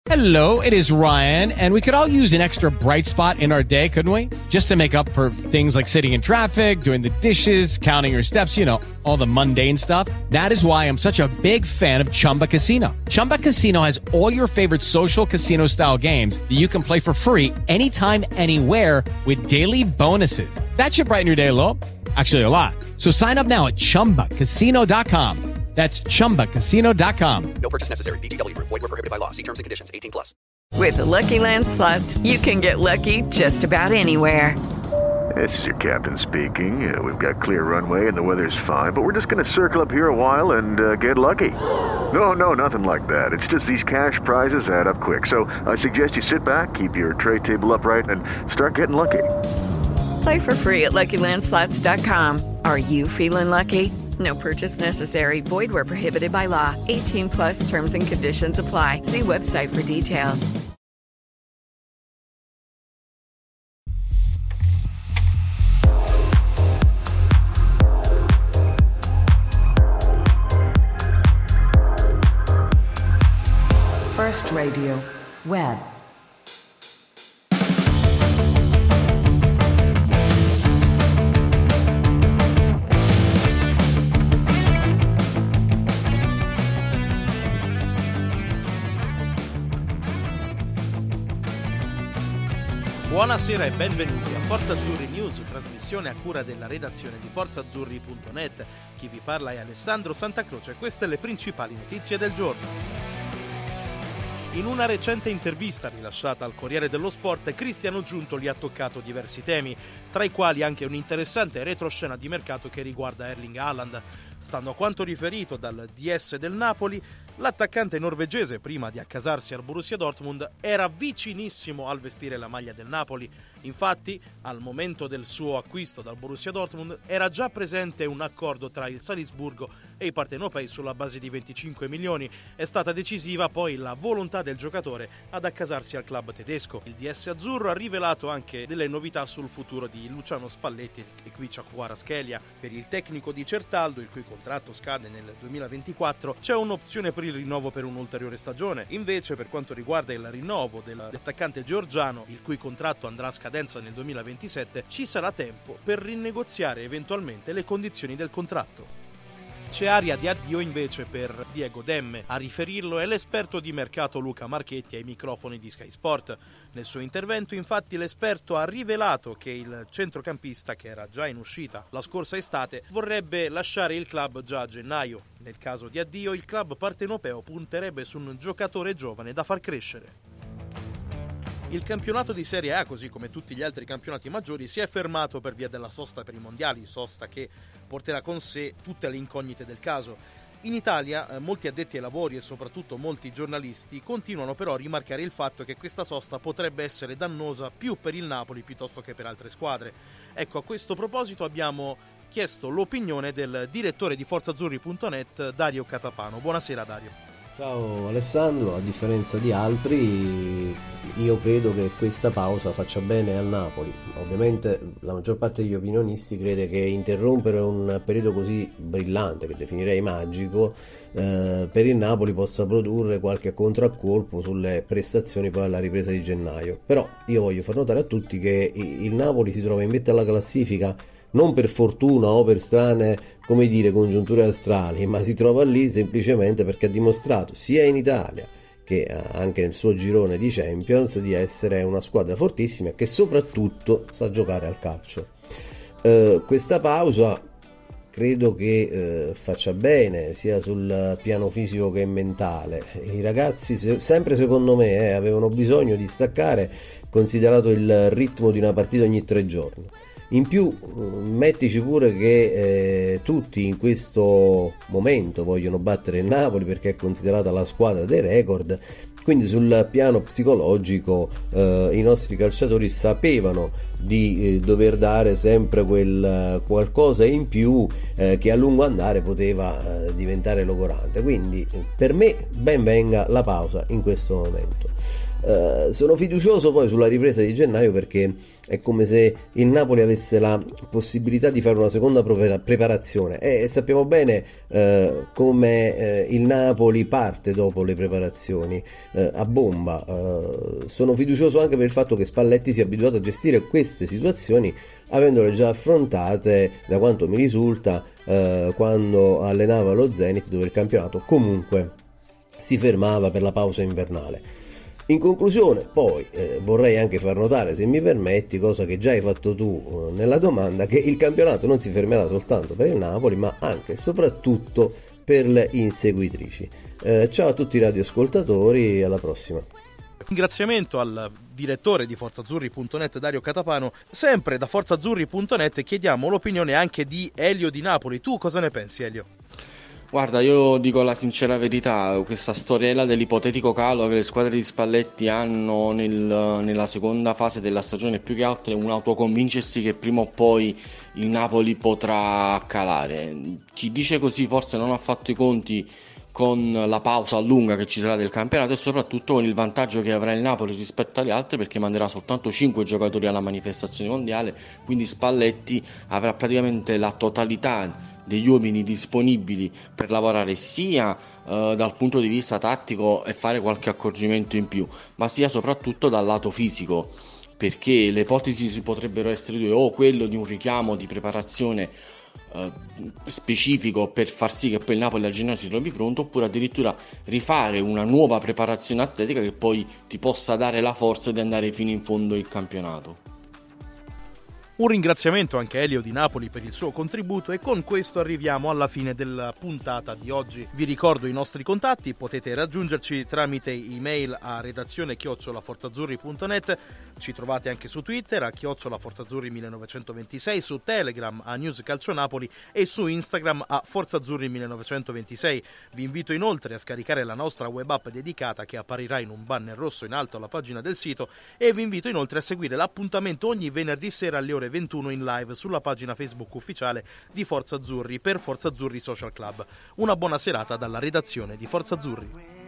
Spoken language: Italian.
Hello, it is Ryan, and we could all use an extra bright spot in our day, couldn't we? Just to make up for things like sitting in traffic, doing the dishes, counting your steps, you know, all the mundane stuff. That is why I'm such a big fan of Chumba Casino. Chumba Casino has all your favorite social casino-style games that you can play for free anytime, anywhere with daily bonuses. That should brighten your day a little. Actually, a lot. So sign up now at ChumbaCasino.com. That's ChumbaCasino.com. No purchase necessary. VGW Group. Void where prohibited by law. See terms and conditions. 18+. With the Lucky Land Slots, you can get lucky just about anywhere. This is your captain speaking. We've got clear runway and the weather's fine, but we're just going to circle up here a while and get lucky. No, nothing like that. It's just these cash prizes add up quick. So I suggest you sit back, keep your tray table upright, and start getting lucky. Play for free at LuckyLandSlots.com. Are you feeling lucky? No purchase necessary. Void where prohibited by law. 18+ terms and conditions apply. See website for details. First Radio Web. Buonasera e benvenuti a Forza Azzurri News, trasmissione a cura della redazione di forzazzurri.net. Chi vi parla è Alessandro Santacroce e queste le principali notizie del giorno. In una recente intervista rilasciata al Corriere dello Sport, Cristiano Giuntoli ha toccato diversi temi, tra i quali anche un'interessante retroscena di mercato che riguarda Erling Haaland. Stando a quanto riferito dal DS del Napoli, l'attaccante norvegese, prima di accasarsi al Borussia Dortmund, era vicinissimo al vestire la maglia del Napoli. Infatti, al momento del suo acquisto dal Borussia Dortmund, era già presente un accordo tra il Salisburgo e i partenopei sulla base di 25 milioni. È stata decisiva poi la volontà del giocatore ad accasarsi al club tedesco. Il DS azzurro ha rivelato anche delle novità sul futuro di Luciano Spalletti e Kvicha Kvaratskhelia. Per il tecnico di Certaldo, il cui contratto scade nel 2024, c'è un'opzione per il rinnovo per un'ulteriore stagione. Invece, per quanto riguarda il rinnovo dell'attaccante georgiano, il cui contratto andrà a scadenza nel 2027, ci sarà tempo per rinegoziare eventualmente le condizioni del contratto. C'è aria di addio invece per Diego Demme. A riferirlo è l'esperto di mercato Luca Marchetti ai microfoni di Sky Sport. Nel suo intervento, infatti, l'esperto ha rivelato che il centrocampista, che era già in uscita la scorsa estate, vorrebbe lasciare il club già a gennaio. Nel caso di addio, il club partenopeo punterebbe su un giocatore giovane da far crescere. Il campionato di Serie A, così come tutti gli altri campionati maggiori, si è fermato per via della sosta per i mondiali, sosta che porterà con sé tutte le incognite del caso. In Italia, molti addetti ai lavori e soprattutto molti giornalisti continuano però a rimarcare il fatto che questa sosta potrebbe essere dannosa più per il Napoli piuttosto che per altre squadre. Ecco, a questo proposito abbiamo chiesto l'opinione del direttore di forzazzurri.net, Dario Catapano. Buonasera Dario. Ciao Alessandro, a differenza di altri io credo che questa pausa faccia bene al Napoli. Ovviamente la maggior parte degli opinionisti crede che interrompere un periodo così brillante, che definirei magico, per il Napoli possa produrre qualche contraccolpo sulle prestazioni poi alla ripresa di gennaio. Però io voglio far notare a tutti che il Napoli si trova in vetta alla classifica non per fortuna o per strane, come dire, congiunture astrali, ma si trova lì semplicemente perché ha dimostrato sia in Italia che anche nel suo girone di Champions di essere una squadra fortissima e che soprattutto sa giocare al calcio. Questa pausa credo che faccia bene sia sul piano fisico che mentale. I ragazzi sempre secondo me avevano bisogno di staccare, considerato il ritmo di una partita ogni 3 giorni. In più mettici pure che tutti in questo momento vogliono battere il Napoli perché è considerata la squadra dei record, quindi sul piano psicologico i nostri calciatori sapevano di dover dare sempre quel qualcosa in più che a lungo andare poteva diventare logorante. Quindi per me ben venga la pausa in questo momento. Sono fiducioso poi sulla ripresa di gennaio, perché è come se il Napoli avesse la possibilità di fare una seconda preparazione, e sappiamo bene come il Napoli parte dopo le preparazioni, a bomba. Sono fiducioso anche per il fatto che Spalletti sia abituato a gestire queste situazioni, avendole già affrontate, da quanto mi risulta, quando allenava lo Zenit, dove il campionato comunque si fermava per la pausa invernale. In conclusione, poi vorrei anche far notare, se mi permetti, cosa che già hai fatto tu nella domanda, che il campionato non si fermerà soltanto per il Napoli, ma anche e soprattutto per le inseguitrici. Ciao a tutti i radioascoltatori, alla prossima. Ringraziamento al direttore di forzazzurri.net Dario Catapano. Sempre da forzazzurri.net chiediamo l'opinione anche di Elio di Napoli. Tu cosa ne pensi, Elio? Guarda, io dico la sincera verità, questa storiella dell'ipotetico calo che le squadre di Spalletti hanno nella seconda fase della stagione, più che altro è un autoconvincersi che prima o poi il Napoli potrà calare. Chi dice così forse non ha fatto i conti con la pausa lunga che ci sarà del campionato, e soprattutto con il vantaggio che avrà il Napoli rispetto agli altri, perché manderà soltanto 5 giocatori alla manifestazione mondiale, quindi Spalletti avrà praticamente la totalità degli uomini disponibili per lavorare sia dal punto di vista tattico e fare qualche accorgimento in più, ma sia soprattutto dal lato fisico, perché le ipotesi si potrebbero essere due: o quello di un richiamo di preparazione specifico per far sì che poi il Napoli a gennaio si trovi pronto, oppure addirittura rifare una nuova preparazione atletica che poi ti possa dare la forza di andare fino in fondo il campionato. Un ringraziamento anche a Elio di Napoli per il suo contributo, e con questo arriviamo alla fine della puntata di oggi. Vi ricordo i nostri contatti: potete raggiungerci tramite email a redazione@forzazzurri.net, ci trovate anche su Twitter a @forzazzurri1926, su Telegram a News Calcio Napoli e su Instagram a forzazzurri1926. Vi invito inoltre a scaricare la nostra web app dedicata, che apparirà in un banner rosso in alto alla pagina del sito, e vi invito inoltre a seguire l'appuntamento ogni venerdì sera alle ore 21 in live sulla pagina Facebook ufficiale di Forza Azzurri per Forza Azzurri Social Club. Una buona serata dalla redazione di Forza Azzurri.